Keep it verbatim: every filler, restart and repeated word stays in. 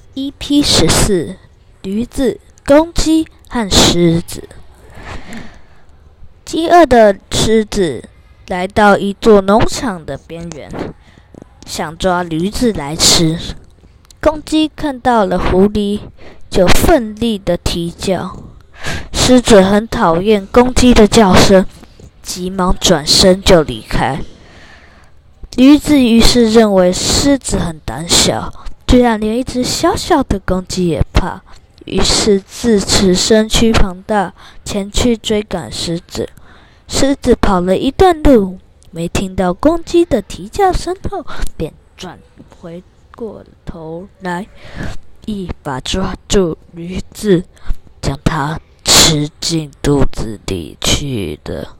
E P 十四，驴子、公鸡和狮子。饥饿的狮子来到一座农场的边缘，想抓驴子来吃。公鸡看到了狐狸，就奋力的啼叫。狮子很讨厌公鸡的叫声，急忙转身就离开。驴子于是认为狮子很胆小，居然连一只小小的公鸡也怕，于是自持身躯庞大，前去追赶狮子。狮子跑了一段路，没听到公鸡的啼叫声后，便转回过头来，一把抓住驴子，将它吃进肚子里去了。